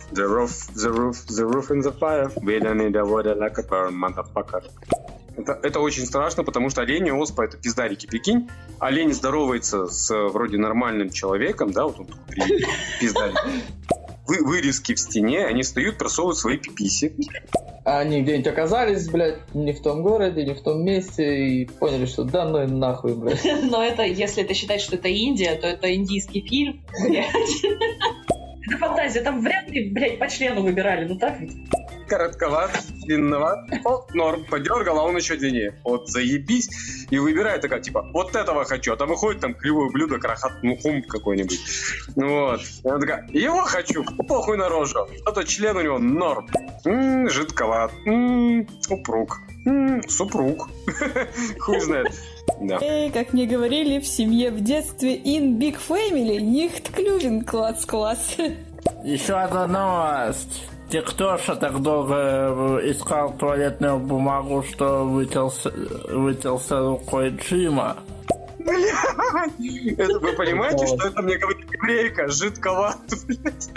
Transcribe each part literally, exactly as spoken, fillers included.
The roof, the roof, the roof in the fire. We don't need a water like a burn, motherfucker. Это, это очень страшно, потому что олени, оспа, это пиздарики. Прикинь, олень здоровается с вроде нормальным человеком, да, вот он при пиздарике. Вы, вырезки в стене, они встают, просовывают свои пиписи. А они где-нибудь оказались, блядь, не в том городе, не в том месте, и поняли, что да ну и нахуй, блядь. Но это, если ты считаешь, что это Индия, то это индийский фильм, блядь. Это фантазия, там вряд ли, блядь, по члену выбирали, ну так ведь? Коротковат, длинноват, вот, норм, подергал, а он еще длиннее. Вот, заебись, и выбирает такая, типа, вот этого хочу, а там выходит там кривое блюдо, крахат, ну, хум какой-нибудь. Вот. И она такая, его хочу, похуй на рожу. А член у него норм. М-м, жидковат, м-м, супруг, м-м, супруг. Хуй знает. Да. Эй, как мне говорили в семье в детстве, in big family, nicht клювен, класс-класс. Еще одна новость. Тиктоша так долго искал туалетную бумагу, что вытелся, вытелся рукой Джима. Блядь! Это вы понимаете, что это мне говорит еврейка? Жидковат, блядь.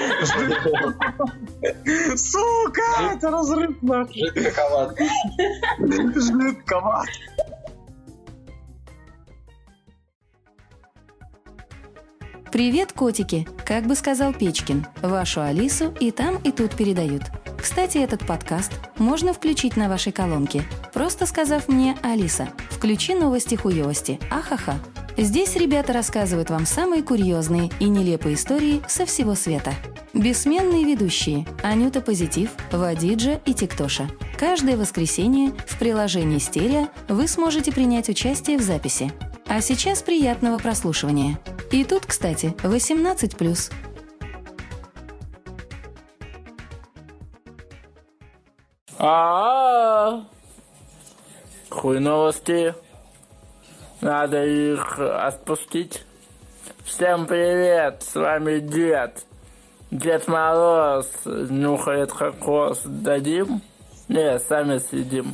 Сука! Это разрыв нахуй. Жидковат. Жидковат. Привет, котики! Как бы сказал Печкин, вашу Алису и там, и тут передают. Кстати, этот подкаст можно включить на вашей колонке, просто сказав мне «Алиса, включи новости-хуёвости, ахаха». Здесь ребята рассказывают вам самые курьезные и нелепые истории со всего света. Бессменные ведущие Анюта Позитив, Вадиджа и Тиктоша. Каждое воскресенье в приложении «Стерео» вы сможете принять участие в записи. А сейчас приятного прослушивания. И тут, кстати, восемнадцать плюс. А-а-а! Хуй новости. Надо их отпустить. Всем привет, с вами Дед. Дед Мороз нюхает кокос. Дадим? Не, сами съедим.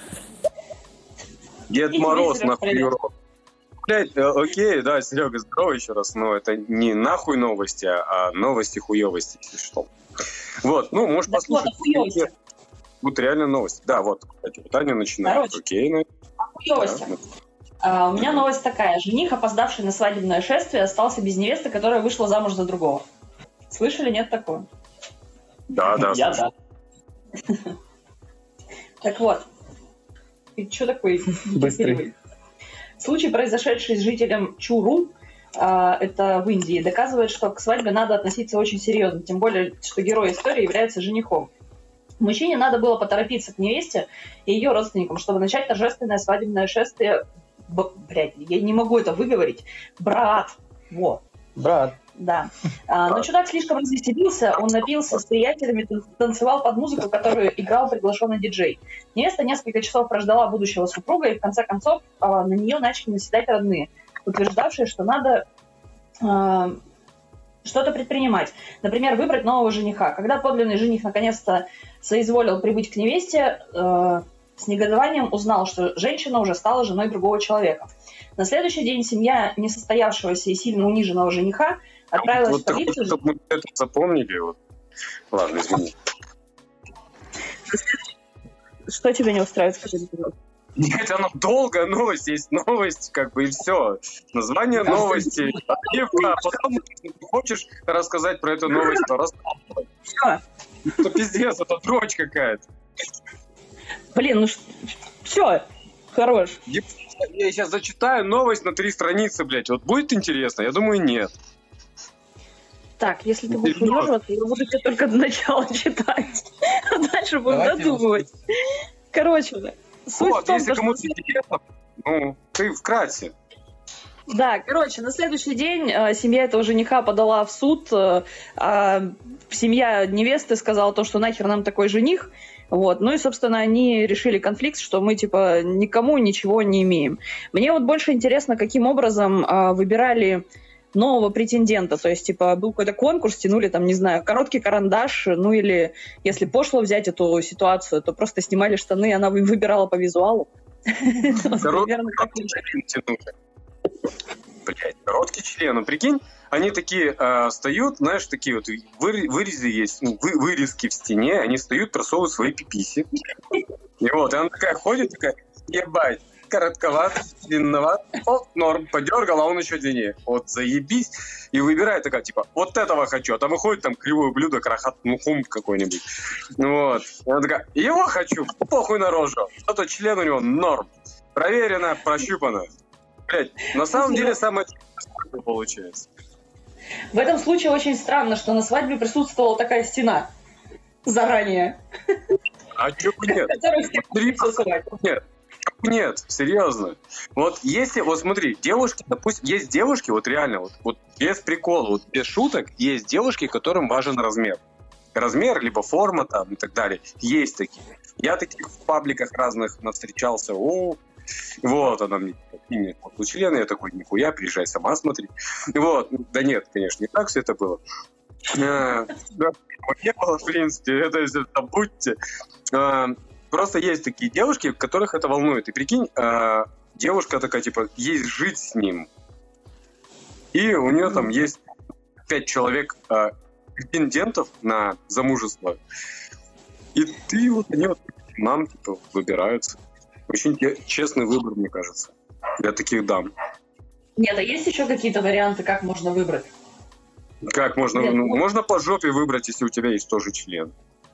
Дед Мороз, нахуй урод. Блять, окей, да, Серега, здорово еще раз, но это не нахуй новости, а новости хуёвости, если что. Вот, ну, можешь да послушать. Вот, вот реально новости. Да, вот, кстати, вот Аня начинает. Короче, окей, ну. Хуёвости. Да. А, у меня новость такая. Жених, опоздавший на свадебное шествие, остался без невесты, которая вышла замуж за другого. Слышали, нет такого? Да, да. Я да. Так вот. И что такое? Быстрый. Случай, произошедший с жителем Чуру, это в Индии, доказывает, что к свадьбе надо относиться очень серьезно, тем более, что герой истории является женихом. Мужчине надо было поторопиться к невесте и ее родственникам, чтобы начать торжественное свадебное шествие. Б... Блядь, я не могу это выговорить. Брат. Во. Брат. Да. А, но чудак слишком развеселился, он напился с приятелями, танцевал под музыку, которую играл приглашенный диджей. Невеста несколько часов прождала будущего супруга, и в конце концов а, на нее начали наседать родные, утверждавшие, что надо а, что-то предпринимать. Например, выбрать нового жениха. Когда подлинный жених наконец-то соизволил прибыть к невесте, а, с негодованием узнал, что женщина уже стала женой другого человека. На следующий день семья несостоявшегося и сильно униженного жениха отправилась вот в полицию. Хочешь, чтобы мы это запомнили? Вот. Ладно, извини. Что тебя не устраивает, скажи, пожалуйста? Нет, она долгая новость, есть новость, как бы, и все. Название новости. А потом, если ты хочешь рассказать про эту новость, то рассказывай. Все. Это пиздец, это дрочь какая-то. Блин, ну все, хорош. Я сейчас зачитаю новость на три страницы, блядь. Вот будет интересно? Я думаю, нет. Так, если ты будешь выдерживаться, я буду тебе только до начала читать. А дальше будем додумывать. Короче, суть вот, в том, если что... кому-то интересно, ну, ты вкратце. Да, короче, на следующий день э, семья этого жениха подала в суд, э, а семья невесты сказала то, что нахер нам такой жених. Вот. Ну и, собственно, они решили конфликт, что мы, типа, никому ничего не имеем. Мне вот больше интересно, каким образом э, выбирали нового претендента. То есть, типа, был какой-то конкурс, тянули, там, не знаю, короткий карандаш, ну или, если пошло взять эту ситуацию, то просто снимали штаны, и она выбирала по визуалу. блядь, короткий член. Ну, прикинь, они такие э, встают, знаешь, такие вот вы, вырезы есть, ну, вы, вырезки в стене, они встают, просовывают свои пиписи. И вот, и она такая ходит, такая, ебать, коротковат, длинноват, о, норм, подергал, а он еще длиннее. Вот, заебись. И выбирает такая, типа, вот этого хочу. А там выходит там кривое блюдо, крахат, ну, хумб какой-нибудь. Вот. И она такая, его хочу, похуй на рожу. Зато член у него норм. Проверено, прощупано. Блять, на самом деле самое интересное получается. В этом случае очень странно, что на свадьбе присутствовала такая стена заранее. А чё бы нет? Нет. Нет, серьезно. Вот если, вот смотри, девушки, допустим, есть девушки, вот реально, вот, вот без прикола, вот без шуток, есть девушки, которым важен размер. Размер, либо форма там и так далее. Есть такие. Я таких в пабликах разных навстречался. О, вот она мне кинет по члену, я такой, нихуя, приезжай сама смотри. Вот, да нет, конечно, не так все это было. А, да, не было, в принципе, это все забудьте. А, просто есть такие девушки, которых это волнует. И прикинь, а, девушка такая, типа, есть жить с ним. И у нее там есть пять человек а, претендентов на замужество. И ты вот, они вот, нам, типа, выбираются. Очень честный выбор, мне кажется, для таких дам. Нет, а есть еще какие-то варианты, как можно выбрать? Как можно? Нет, ну, ну... Можно по жопе выбрать, если у тебя есть тоже член.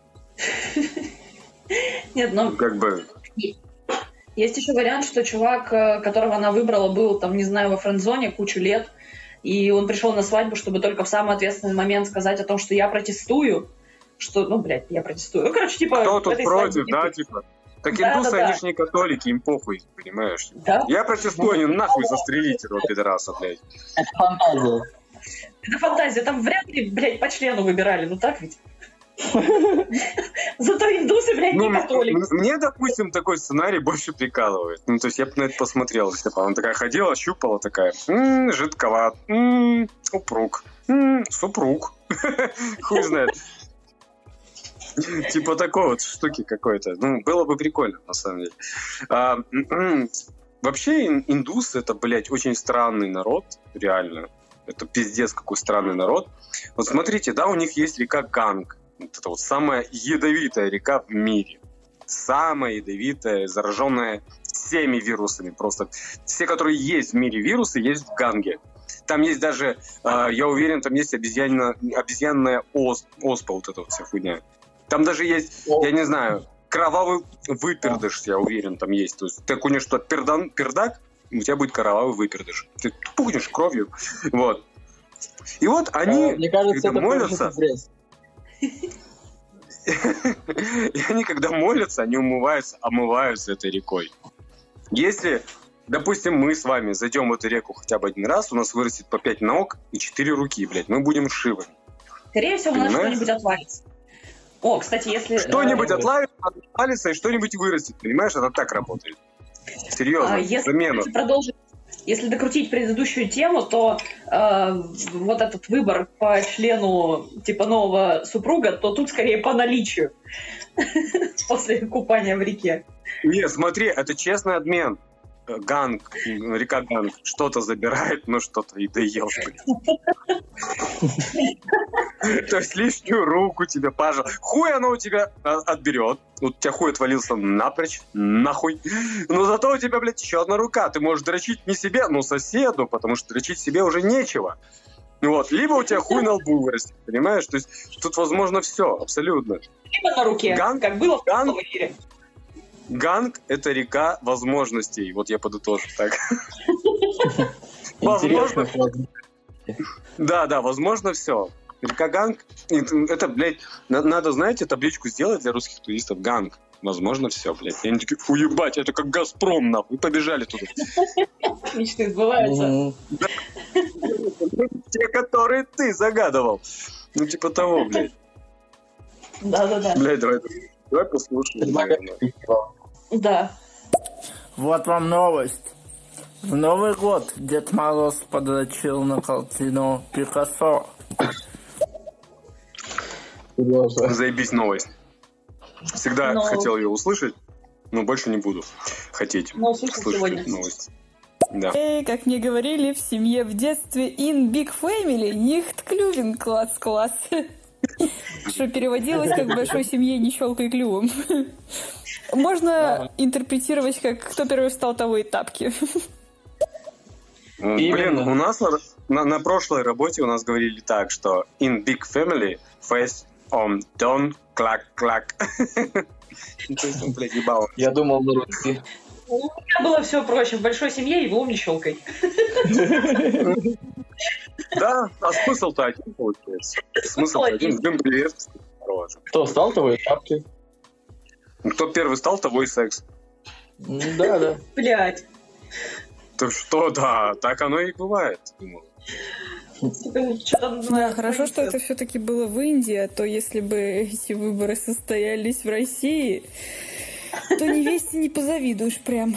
Нет, но... Как бы... Есть еще вариант, что чувак, которого она выбрала, был, там, не знаю, во френд-зоне кучу лет, и он пришел на свадьбу, чтобы только в самый ответственный момент сказать о том, что я протестую, что, ну, блядь, я протестую. Ну, короче, типа... Кто тут против, да, типа? Так да, индусы, да, да. они ж не католики, им похуй, понимаешь? Да? Я протестую, они нахуй застрелите этого пидораса, блядь. Это фантазия. Это фантазия, там вряд ли, блядь, по члену выбирали, ну так ведь? Зато индусы, блядь, Ну, не католики. мне, допустим, такой сценарий больше прикалывает. Ну, то есть я бы на это посмотрел. Если бы она такая ходила, щупала, такая, м-м, жидковат, м-м, упруг, м-м, супруг. Хуй знает. Типа такой вот штуки какой-то. Ну, было бы прикольно, на самом деле. А, вообще, индусы — это, блядь, очень странный народ, реально. Это пиздец какой странный народ. Вот смотрите, да, у них есть река Ганг. Вот это вот самая ядовитая река в мире. Самая ядовитая, зараженная всеми вирусами. Просто все, которые есть в мире вирусы, есть в Ганге. Там есть даже, э, я уверен, там есть обезьянная, обезьянная ос, оспа, вот эта вот вся хуйня. Там даже есть, я не знаю, кровавый выпердыш, я уверен, там есть. То есть ты окунешь туда пердан, пердак, у тебя будет кровавый выпердыш. Ты пухнешь кровью. Вот. И вот они, Мне кажется, когда это молятся... И они, когда молятся, они умываются, омываются этой рекой. Если, допустим, мы с вами зайдем в эту реку хотя бы один раз, у нас вырастет по пять ног и четыре руки, блядь. Мы будем шивами. Скорее всего, у нас что-нибудь отвалится. О, кстати, если... Что-нибудь э, отвалится и что-нибудь вырастет, понимаешь? Это так работает. Серьезно, а, если, замена. Если продолжить, если докрутить предыдущую тему, то э, вот этот выбор по члену типа нового супруга, то тут скорее по наличию после купания в реке. Не, смотри, это честный обмен. Ганг, река Ганг что-то забирает, но что-то и доел. То есть лишнюю руку тебе, пожалуйста. Хуй оно у тебя отберет. Вот у тебя хуй отвалился напрочь, нахуй. Но зато у тебя, блядь, еще одна рука. Ты можешь дрочить не себе, но соседу, потому что дрочить себе уже нечего. Вот. Либо у тебя хуй на лбу вырастет, понимаешь? То есть тут возможно все, абсолютно. Либо на руке, Ганг, как было в прошлом эфире. Ганг — это река возможностей. Вот я подытожу так. Возможно. Да, да, возможно все. Река Ганг. Это, блядь, надо, знаете, табличку сделать для русских туристов. Ганг. Возможно все, блядь. И они такие, фу, ебать, это как Газпром, нахуй. И побежали туда. Мечты сбываются. Те, которые ты загадывал. Ну, типа того, блядь. Да-да-да. Блядь, давай, давай послушаем. Да. Вот вам новость. В Новый год Дед Мороз подрочил на картину Пикассо. Заебись новость. Всегда но... хотел ее услышать, но больше не буду хотеть но услышать сегодня. Новость. Да. Эй, как мне говорили в семье в детстве, in big family, nicht клювен, класс-класс. Что переводилось как в большой семье не щелкай клювом. Можно интерпретировать как кто первый встал, того и тапки. Блин, у нас на, на, на прошлой работе у нас говорили так, что in big family face on don't clack-clack. Я думал на русский. У меня было все проще. В большой семье иглом не щелкай. Да, а смысл-то один получается. Смысл-то один. Дым привет. Кто встал, того и тапки. Кто первый стал, того и секс. Да, да. Блять. То что, да, так оно и бывает. Да, хорошо, что это все-таки было в Индии, а то если бы эти выборы состоялись в России, то невесте не позавидуешь прям.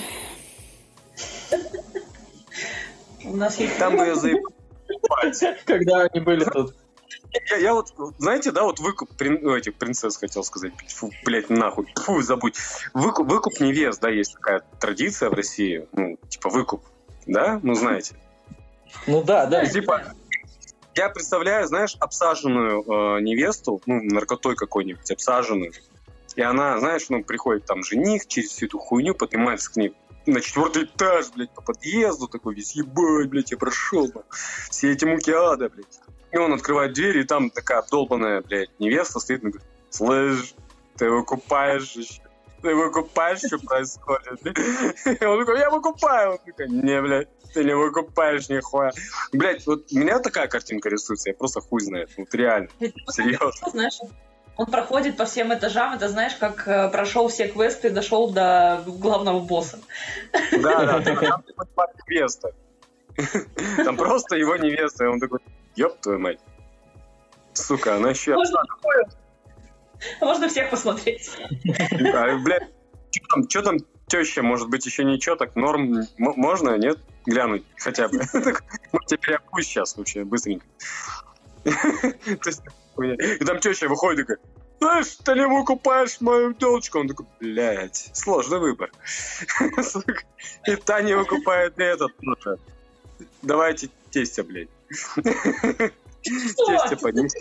У нас есть... Там бы я заебал. Когда они были тут. Я, я вот, знаете, да, вот выкуп прин, ну, этих принцесс хотел сказать, фу, блядь, нахуй, фу, забудь. Выкуп, выкуп невест, да, есть такая традиция в России, ну, типа выкуп, да, ну, знаете. Ну, да, да. Ну, типа, я представляю, знаешь, обсаженную э, невесту, ну, наркотой какой-нибудь, обсаженную, и она, знаешь, ну, приходит там жених, через всю эту хуйню поднимается к ней на четвертый этаж, блядь, по подъезду, такой весь, ебать, блядь, я прошел, блядь, все эти муки ада, блядь. И он открывает дверь, и там такая обдолбанная, блядь, невеста стоит и говорит: слышь, ты выкупаешь еще? Ты выкупаешь, что происходит? И он такой: я выкупаю. Он такой: не, блядь, ты не выкупаешь нихуя. Блядь, вот у меня такая картинка рисуется, я просто хуй знает, вот реально, серьезно. Знаешь, он проходит по всем этажам, это знаешь, как э, прошел все квесты, дошел до главного босса. Да, да, там невеста. Там просто его невеста, и он такой: ёб твою мать. Сука, она еще... Можно, Можно всех посмотреть. А, блядь, что там, что там теща, может быть, еще ничего, так норм, м- можно, нет? Глянуть хотя бы. Теперь я пусть сейчас вообще, быстренько. И там теща выходит и говорит: знаешь, ты не выкупаешь мою телочку. Он такой: блядь, сложный выбор. И та не выкупает, и этот тоже. Давайте тестя, блядь. Тестя поднести.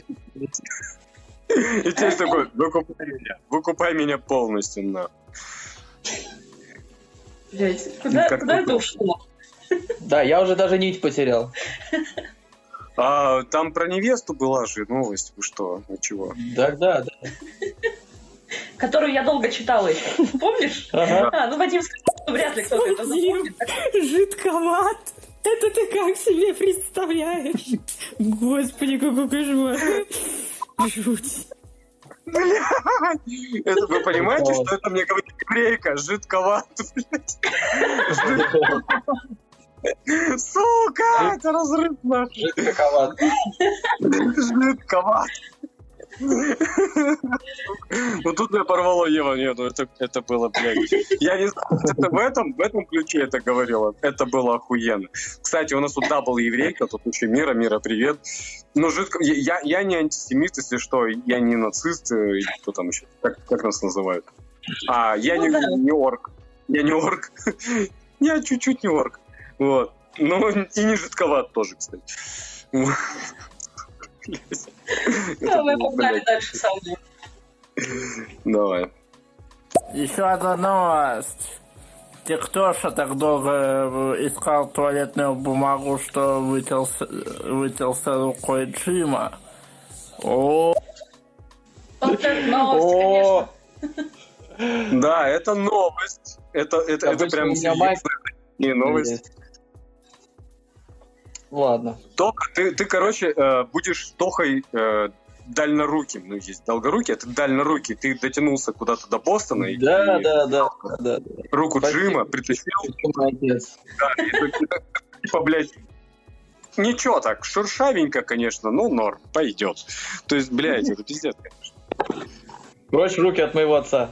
И тесть такой: выкупай меня, выкупай меня полностью, на. Блядь, куда, куда это ушло? Да, я уже даже нить потерял. А там про невесту была же новость, вы что, ничего? Да, да, да. Которую я долго читала еще. Помнишь? Ага. А, ну Вадим сказал, что вряд ли кто-то это запомнит. Жидковат. Это ты как себе представляешь? Господи, какой кошмар. Жуть. Блядь! Это вы понимаете, что это мне говорит еврейка? Жидковат, блядь. Сука, это разрыв, нахуй. Жидковат. Жидковат. Вот тут меня порвало, Ева, нет, ну это, это было, блядь. Я не знаю, это в этом, в этом ключе это говорила. Это было охуенно. Кстати, у нас тут дабл еврейка, тут еще Мира, Мира, привет. Ну, жидко... Я, я не антисемит, если что, я не нацист, и кто там еще, как, как нас называют? А, я ну, не, да. не орк. Я не орк. Я чуть-чуть не орк. Вот. Ну, и не жидковат тоже, кстати. Ну, мы погнали дальше с аудио. Давай. Еще одна новость. Тиктоша так долго искал туалетную бумагу, что вытелся, вытелся рукой Джима. О, Вот это новость, конечно. Да, это новость. Это, это, это прям у меня майк. не новость. Ладно. Тоха, ты, ты, короче, э, будешь Тохой э, дальноруким. Ну, есть долгорукий, а ты дальнорукий. Ты дотянулся куда-то до Бостона. И, Да, и да, да, да, да. руку Спасибо. Джима притащил. Ты молодец. Да, и, и, типа, блядь, ничего так, шершавенько, конечно, но норм, пойдет. То есть, блядь, это пиздец, конечно. Брось руки от моего отца.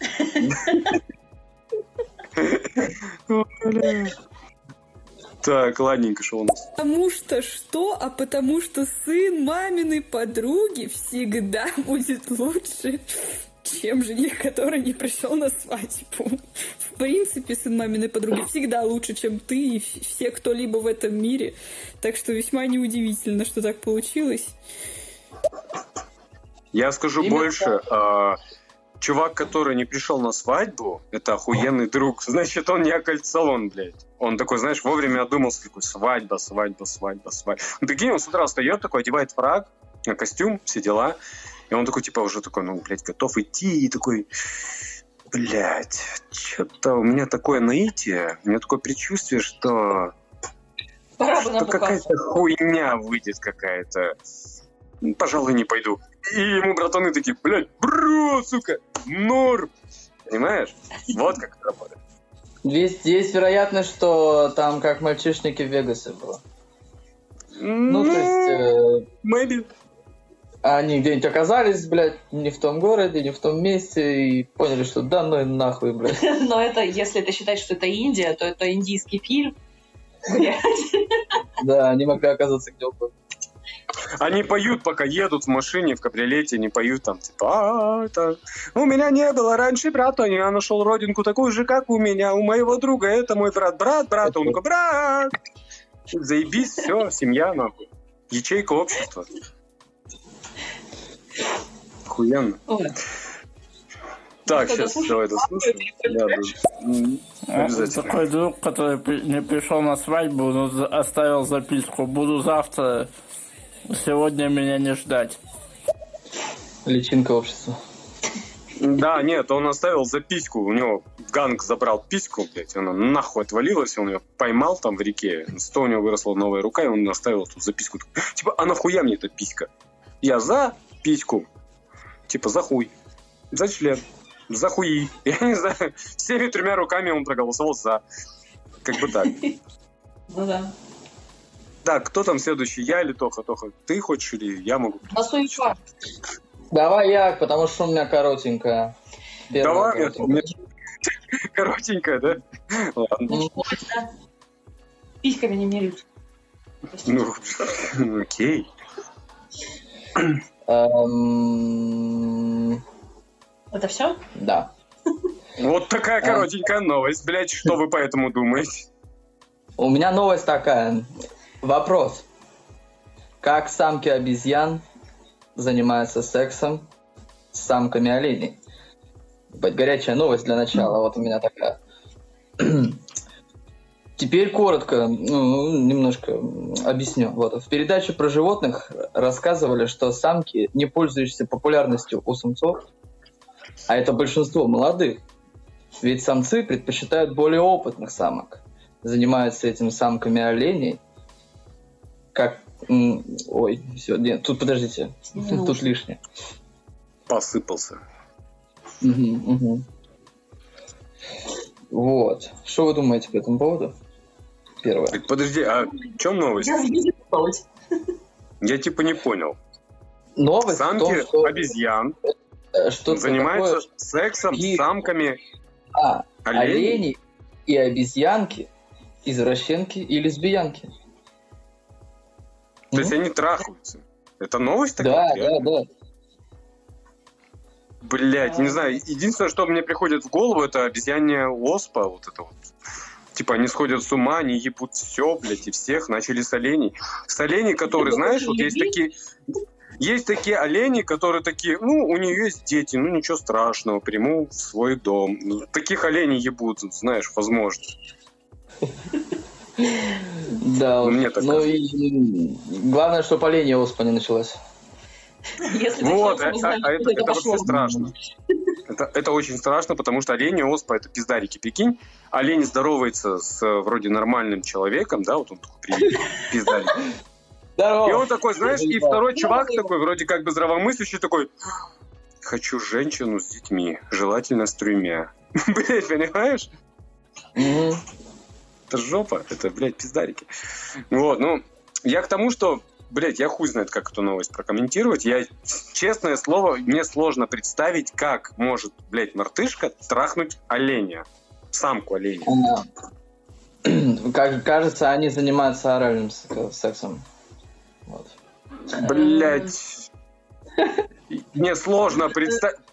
Так, ладненько, что у нас? Потому что что? А потому что сын маминой подруги всегда будет лучше, чем жених, который не пришел на свадьбу. В принципе, сын маминой подруги всегда лучше, чем ты и все кто-либо в этом мире. Так что весьма неудивительно, что так получилось. Я скажу Именно больше. А, чувак, который не пришел на свадьбу, это охуенный друг. Значит, он не окольцован, блядь. Он такой, знаешь, вовремя одумался, такой, свадьба, свадьба, свадьба, свадьба. Ну, прикинь, он с утра встает, такой, одевает фрак, костюм, все дела. И он такой, типа, уже такой, ну, блядь, готов идти. И такой, блядь, что-то у меня такое наитие, у меня такое предчувствие, что, Пора бы что какая-то напугаться. хуйня выйдет какая-то. Ну, пожалуй, не пойду. И ему братаны такие, блядь, бро, сука, норм. Понимаешь? Вот как это работает. Есть, есть вероятность, что там как мальчишники в Вегасе было. Ну, то есть... э, Maybe. Они где-нибудь оказались, блядь, не в том городе, не в том месте, и поняли, что да ну и нахуй, блядь. Но это, если это считать, что это Индия, то это индийский фильм. Блядь. Да, они могли оказаться где угодно. Они поют, пока едут в машине, в кабриолете, не поют там, типа, а, это... У меня не было раньше брата, я нашел родинку такую же, как у меня, у моего друга, это мой брат, брат, брат, он такой, брат. Заебись, все, семья, нахуй. Ячейка общества. Охуенно. Ой. Так, Кто сейчас, дослушал? давай дослушаем. Я буду- М, А, Обязательно. Такой друг, который при- не пришел на свадьбу, но за- оставил записку. Буду завтра, сегодня меня не ждать. Личинка общества. Да, нет, он оставил записку, у него ганг забрал письку, блядь, она нахуй отвалилась, он ее поймал там в реке, зато у него выросла новая рука, и он оставил эту записку. Типа, а нахуя мне эта писька? Я за письку, типа, за хуй, за член, за хуи. Я не знаю, всеми тремя руками он проголосовал за. Как бы так. Ну да. Так, кто там следующий, я или Тоха? Тоха, ты хочешь или я могу? Насуева. Давай я, потому что у меня коротенькая. Первая Давай, коротенькая. мне- коротенькая, да? Ладно. Письками не меряют. Ну, окей. Эм, Это все? Да. Вот такая коротенькая новость, блядь, что вы по этому думаете? У меня новость такая. Вопрос. Как самки обезьян занимаются сексом с самками оленей? Ебать, горячая новость для начала. Вот у меня такая. Теперь коротко, ну, немножко объясню. Вот. В передаче про животных рассказывали, что самки, не пользующиеся популярностью у самцов, а это большинство молодых, ведь самцы предпочитают более опытных самок, занимаются этим самками оленей, как... м, Ой, все, нет, тут подождите, Сними тут уши. лишнее. Посыпался. Мгм, мгм. Вот. Что вы думаете по этому поводу? Первое. Так, подожди, а в чем новость? Я заебалась. Я типа не понял. Новость в Самки том, что обезьян э, что-то занимаются такое, сексом И- с самками а, оленей. олени и обезьянки, извращенки и лесбиянки. То есть Мгм. они трахаются. Это новость Да, такая? да, реально? да. Блять, не знаю. Единственное, что мне приходит в голову, это обезьянья оспа. Вот это вот. Типа они сходят с ума, они ебут все, блядь, и всех. Начали с оленей. С оленей, которые, знаешь, вот есть такие... Есть такие олени, которые такие, ну, у нее есть дети, ну, ничего страшного, приму в свой дом. Ну, таких оленей ебут, знаешь, возможно. Да, Ну, уж. мне так ну и м, главное, чтобы оленья оспа не началась. Если Вот, начнётся, а, мы знаем, а это, куда это пошло. вообще страшно. Это, это очень страшно, потому что олени оспа это пиздарики. Прикинь, олень здоровается с э, вроде нормальным человеком, да, вот он такой привет, пиздарик. Здорово! И он такой, знаешь, и Да. второй чувак такой, вроде как бы здравомыслящий, такой, хочу женщину с детьми, желательно с тремя. Блять, понимаешь? Мгм. Это жопа, это, блядь, пиздарики. Вот, ну, я к тому, что, блядь, я хуй знает, как эту новость прокомментировать. Я, честное слово, мне сложно представить, как может, блядь, мартышка трахнуть оленя. Самку оленя. А, Как кажется, они занимаются оральным сек- сексом. Вот. Блядь. Мне сложно представить.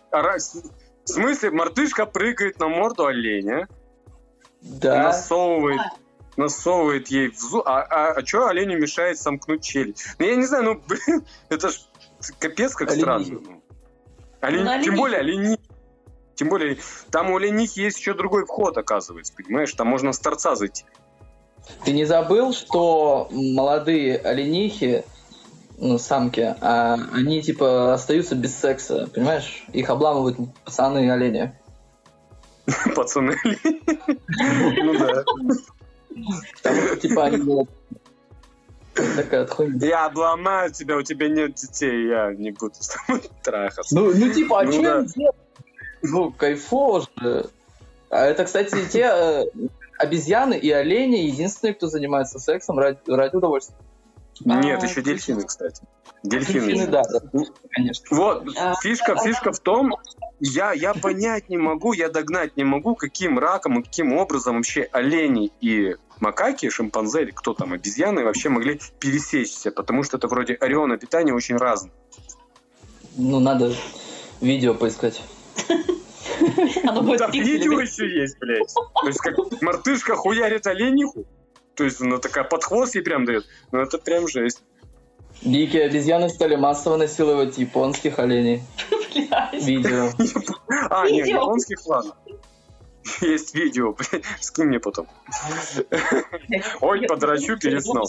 ора- В смысле, мартышка прыгает на морду оленя, Да. насовывает, насовывает ей в зуб. А, а, а что оленю мешает сомкнуть челюсть? Ну, я не знаю, ну, блин, это ж капец как Оленихи. странно. ну. Олень- Ну, Тем оленихи. более оленихи. Тем более, там у оленихи есть еще другой вход, оказывается, понимаешь? Там можно с торца зайти. Ты не забыл, что молодые оленихи, ну, самки, а они, типа, остаются без секса, понимаешь? Их обламывают пацаны и олени. Пацаны. Ну да. Потому что, типа, они... вот, такая вот хуйня. Я обломаю тебя, у тебя нет детей, я не буду с тобой трахаться. Ну, ну, типа, а Ну что да. им делать? Ну, кайфово же. А это, кстати, те э, обезьяны и олени единственные, кто занимается сексом ради, ради удовольствия. Нет, А, еще дельфины, кстати. Дельфины, Дельфины. да, да, конечно. Вот, А, фишка, фишка в том, я, я понять не могу, я догнать не могу, каким раком и каким образом вообще олени и макаки, шимпанзе или кто там, обезьяны вообще могли пересечься, потому что это вроде ореона питания очень разные. Ну, надо видео поискать. Оно будет Там пикселями. видео еще есть, блядь. То есть как мартышка хуярит олениху, то есть она такая под хвост ей прям дает. Ну это прям жесть. Дикие обезьяны стали массово насиловать японских оленей. Блядь. Видео. А, нет, Видео. японских, ладно. Есть видео, блядь, скинь мне потом. Ой, подрачу, переснул.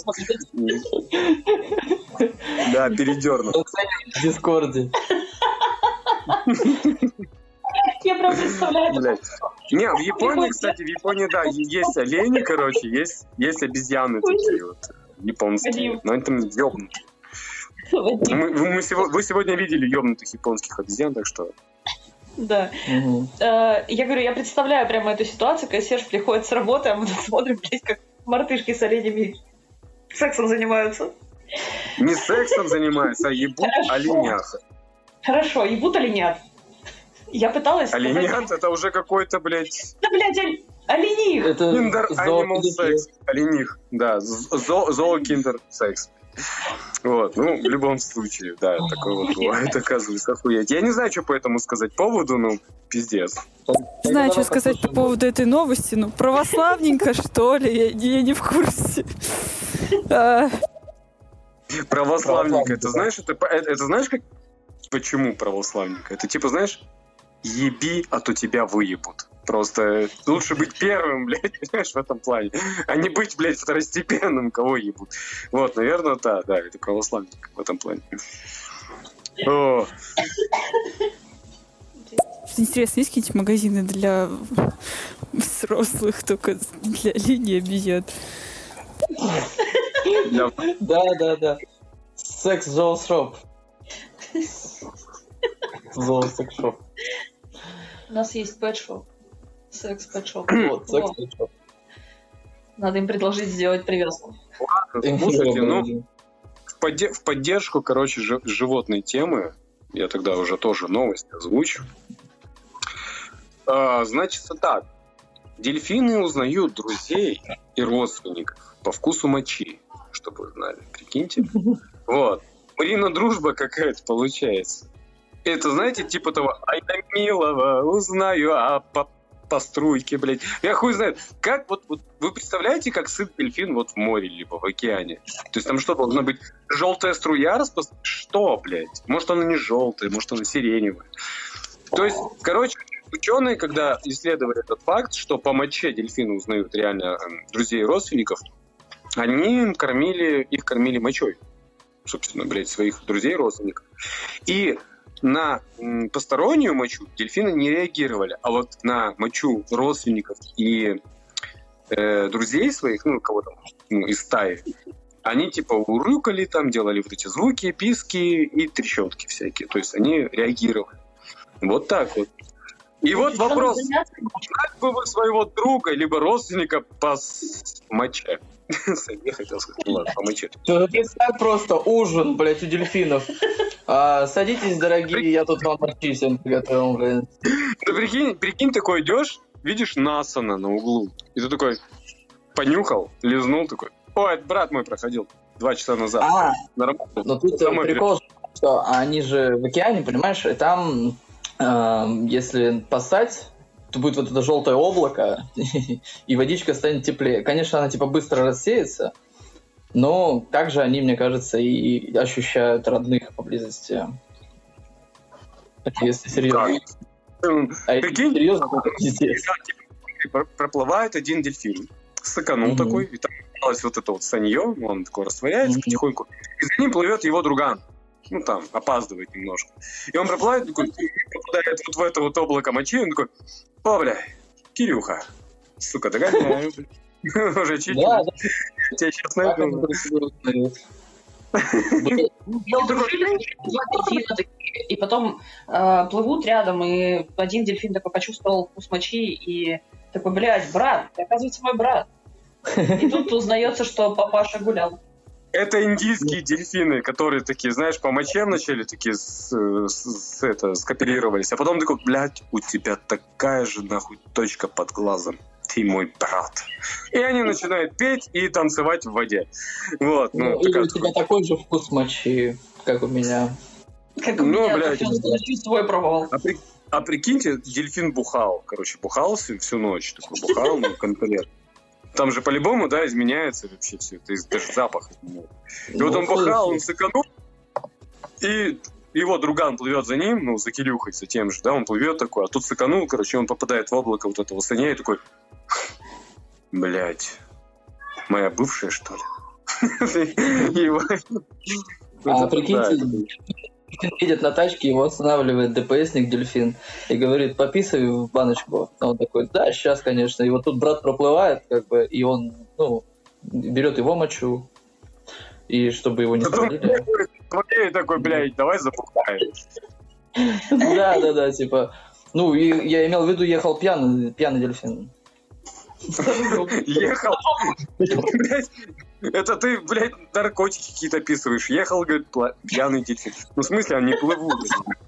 Да, передернул. В Дискорде. Я прям представляю. Блядь. Не, в Японии, кстати, в Японии, да, есть олени, короче, есть, есть обезьяны такие вот, японские. Но они там ёбнутые. Мы, мы сего- вы сегодня видели ёбнутых японских обезьян, так что... Да. Мгм. Э, Я говорю, я представляю прямо эту ситуацию, когда Серж приходит с работы, а мы тут смотрим, блядь, как мартышки с оленями сексом занимаются. Не сексом занимаются, а ебут Хорошо. оленят. Хорошо, ебут оленят. Я пыталась сказать... Оленят это уже какой-то, блядь, Да, блядь, оль- олених! Это киндер animal зоопедофил. секс. Олених, да, зо- зоо-киндер секс. Вот, ну, в любом случае, да, такое вот бывает, оказывается, охуеть. Я не знаю, что по этому сказать поводу, ну, пиздец. Не знаю, что сказать по поводу этой новости. Ну, православненько, что ли? Я, я не в курсе. А, Православненько, это знаешь, это, это, это знаешь, как, почему православненько? Это типа, знаешь, еби, а то тебя выебут. Просто лучше быть первым, блядь, понимаешь, в этом плане, а не быть, блядь, второстепенным, кого ебут. Вот, наверное, да, да, это православненько в этом плане. О, интересно, есть какие-нибудь магазины для взрослых, только для оленей обезьян? для- Да, да, да. Секс зоошоп. Зоосекшоп. У нас есть пэт-шоп. Секс-пэт-шоп. Вот, секс-шоп. Надо им предложить сделать привязку. Слушайте, ну, в, подде- в поддержку, короче, жи- животной темы, я тогда уже тоже новость озвучу. А, значится так. Дельфины узнают друзей и родственников по вкусу мочи, чтобы вы знали. Прикиньте. Вот. Марина, дружба какая-то получается. Это, знаете, типа того, ай да милого, узнаю, а по, по струйке, блядь. Я хуй знает. Как вот, вот вы представляете, как сыт дельфин вот в море, либо в океане? То есть там что, должна быть желтая струя распознать? Что, блядь? Может, она не желтая, может, она сиреневая. То есть, короче, ученые, когда исследовали этот факт, что по моче дельфины узнают реально э, друзей и родственников, они кормили, их кормили мочой. Собственно, блядь, своих друзей и родственников. И на м, постороннюю мочу дельфины не реагировали, а вот на мочу родственников и э, друзей своих, ну, кого там, ну, из стаи, они типа урюкали там, делали вот эти звуки, писки и трещотки всякие. То есть они реагировали. Вот так вот. И вот вопрос, как бы вы своего друга либо родственника по с- моче? Я хотел сказать, ну ладно, по моче. Что, представь просто ужин, блядь, у дельфинов. А, садитесь, дорогие, я тут вам мочи всем приготовил, блядь. Да прикинь, прикинь, такой идешь, видишь Насана на углу, и ты такой понюхал, лизнул такой. Ой, это брат мой проходил два часа назад. А, На работу. но тут Домой прикол, что они же в океане, понимаешь, и там если поссать, то будет вот это желтое облако, и водичка станет теплее. Конечно, она типа быстро рассеется, но также они, мне кажется, и ощущают родных поблизости. Если серьезно. А если Прикинь, серьезно, то пиздец. проплывает один дельфин, сыканул Мгм. такой, и там осталось вот это вот санье, он такой растворяется Мгм. потихоньку, и за ним плывет его друган. Ну, там, опаздывает немножко. И он проплывает, такой, попадает вот в это вот облако мочи, он такой, о, бля, Кирюха, сука, догоняю, бля. Уже чуть-чуть. Да, да, Тебя сейчас так найду. они друг друга узнают. Ну, дружили, два дельфина такие, и потом э, плывут рядом, и один дельфин такой почувствовал вкус мочи, и такой, блядь, брат, ты, оказывается, мой брат. И тут узнается, что папаша гулял. Это индийские дельфины, которые такие, знаешь, по моче вначале такие с, с- с- это, скооперировались, а потом такой, блядь, у тебя такая же нахуй точка под глазом. Ты мой брат. И они начинают петь и танцевать в воде. Вот, ну, Ну, или такая- у тебя такой же вкус мочи, как у меня. Как у Ну, меня, блядь. всю свой пробовал. А, при- а прикиньте, дельфин бухал. Короче, бухал всю, всю ночь. Такой бухал, ну, конкретно. Там же по-любому, да, изменяется вообще все. Это из- даже запах изменяется. И вот Ну, он бухал, он слушай, сыканул, и его друган плывет за ним, ну, за Кирюхой, за тем же, да, он плывет такой, а тут сыканул, короче, он попадает в облако вот этого саня и такой, блядь, моя бывшая, что ли? Его- А Вот это прикиньте, да. дельфин едет на тачке, его останавливает ДПСник дельфин и говорит, пописай в баночку. А он такой, да, сейчас, конечно. И вот тут брат проплывает, как бы, и он, ну, берет его мочу, и чтобы его не Потом спалили. твоей такой, блядь, давай запухаем. Да, да, да, типа. Ну, и я имел в виду, ехал пьяный, пьяный дельфин. Ехал. Блядь, это ты, блядь, наркотики какие-то описываешь. Ехал, говорит, пла- пьяный дельфин. Ну, в смысле, они плывут.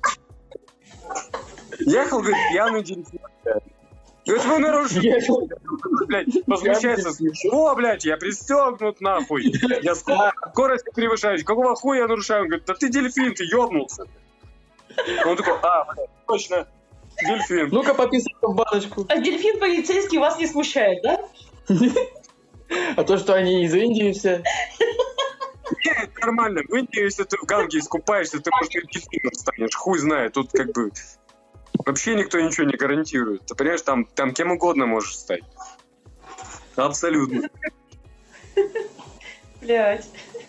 Ехал, говорит, пьяный дельфин. Говорит, вы нарушили. Блядь, возмущается. О, блядь, я пристегнут, нахуй. Я ск- скорость превышаю. Какого хуя я нарушаю? Он говорит, да ты дельфин, ты ёбнулся. Он такой, а, блядь, точно, дельфин. Ну-ка, пописай в баночку. А дельфин полицейский вас не смущает, да? А то, что они из Индии все. Нет, нормально. В Индии, если ты в Ганге искупаешься, ты, может, и дельфином станешь. Хуй знает. Тут как бы вообще никто ничего не гарантирует. Ты понимаешь, там, там кем угодно можешь стать. Абсолютно. Блядь.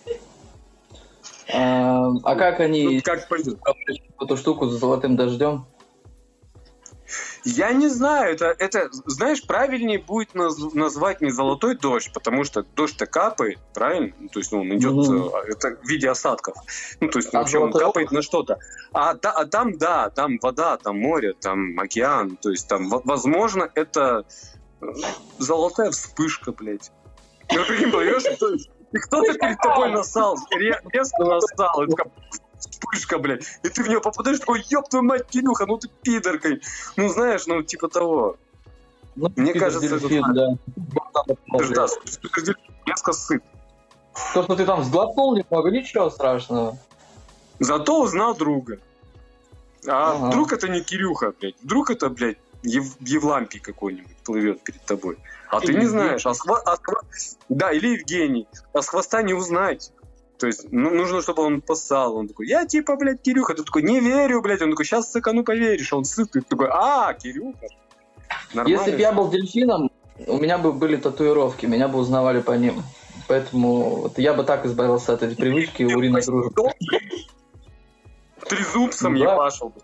А, а как они Тут как пойдет. эту штуку с золотым дождем? Я не знаю, это, это, знаешь, правильнее будет наз- назвать не золотой дождь, потому что дождь-то капает, правильно? Ну, то есть, ну, он идет, Мгм. э, это в виде осадков. Ну, то есть, ну, А вообще он золотое капает на что-то. А, та- а там, да, там вода, там море, там океан. То есть, там, во- возможно, это э, золотая вспышка, блядь. Ну, прикинь, плывешь, и то есть, и кто-то перед тобой насал, ре- резко насал, и такая вспышка, блядь. И ты в нее попадаешь, такой, ёб твою мать, Кирюха, ну ты пидоркой. Ну, знаешь, ну, типа того. Ну, Мне Питер кажется, это дельфин, да. Ты ж, да, супер- резко сыт. То, что ты там сглотнул немного, ничего страшного. Зато узнал друга. А Ага. вдруг это не Кирюха, блядь. Вдруг это, блядь, Ев- Евлампий какой-нибудь плывет перед тобой. А ты Или не знаешь. А с хва- а с хва- Да, или Евгений. А с хвоста не узнать. То есть, ну, нужно, чтобы он поссал. Он такой, я типа, блядь, Кирюха. Ты такой, не верю, блядь. Он такой, сейчас сыкану поверишь. Он сытый. Ты такой, а, Кирюха. Нормально. Если бы я был дельфином, у меня бы были татуировки, меня бы узнавали по ним. Поэтому вот я бы так избавился от этой привычки уриной дружбы. Трезубцем Ну да. ебашил бы.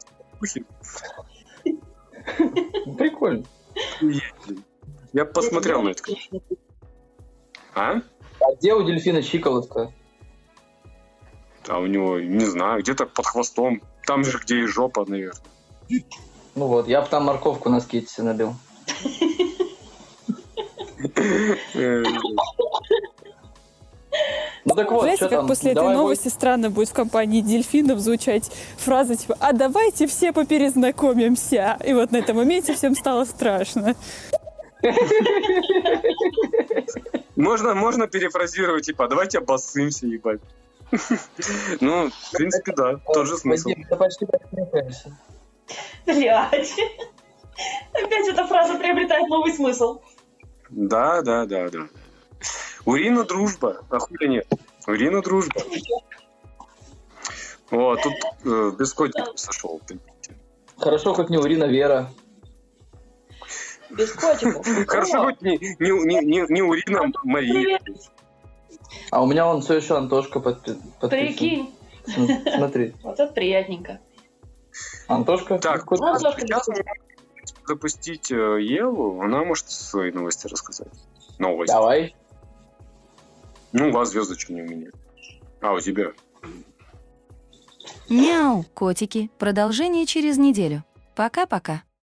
Прикольно. Я бы посмотрел на это. А? А где у дельфина щиколотка? А у него, не знаю, где-то под хвостом. Там же, где и жопа, наверное. Ну вот, я бы там морковку на скейте набил. Э, Ну так вот, Знаете, что как там? после этой Давай, новости странно будет в компании дельфинов звучать фраза типа «А давайте все поперезнакомимся». И вот на этом моменте всем стало страшно. Можно, можно перефразировать, типа, давайте обоссымся, ебать. Ну, в принципе, да, тот же смысл. Вадим, ты почти так не нравишься. Блядь. Опять эта фраза приобретает новый смысл. Да, да, да, да. Урина дружба. А хули нет? Урина дружба. О, тут э, без котиков сошел. Хорошо, хоть не Урина Вера. Без котиков. Хорошо, хоть не, не, не, не, не Урина Мария. А у меня он все еще Антошка подпи- подписан. Прикинь. Смотри. Вот это приятненько. Антошка. Так, какой- Ну, Антошка, сейчас мы можем запустить э, Еву, она может свои новости рассказать. Новости. Давай. Ну, у вас звездочка, не у меня. А, у тебя. Мяу, котики. Продолжение через неделю. Пока-пока.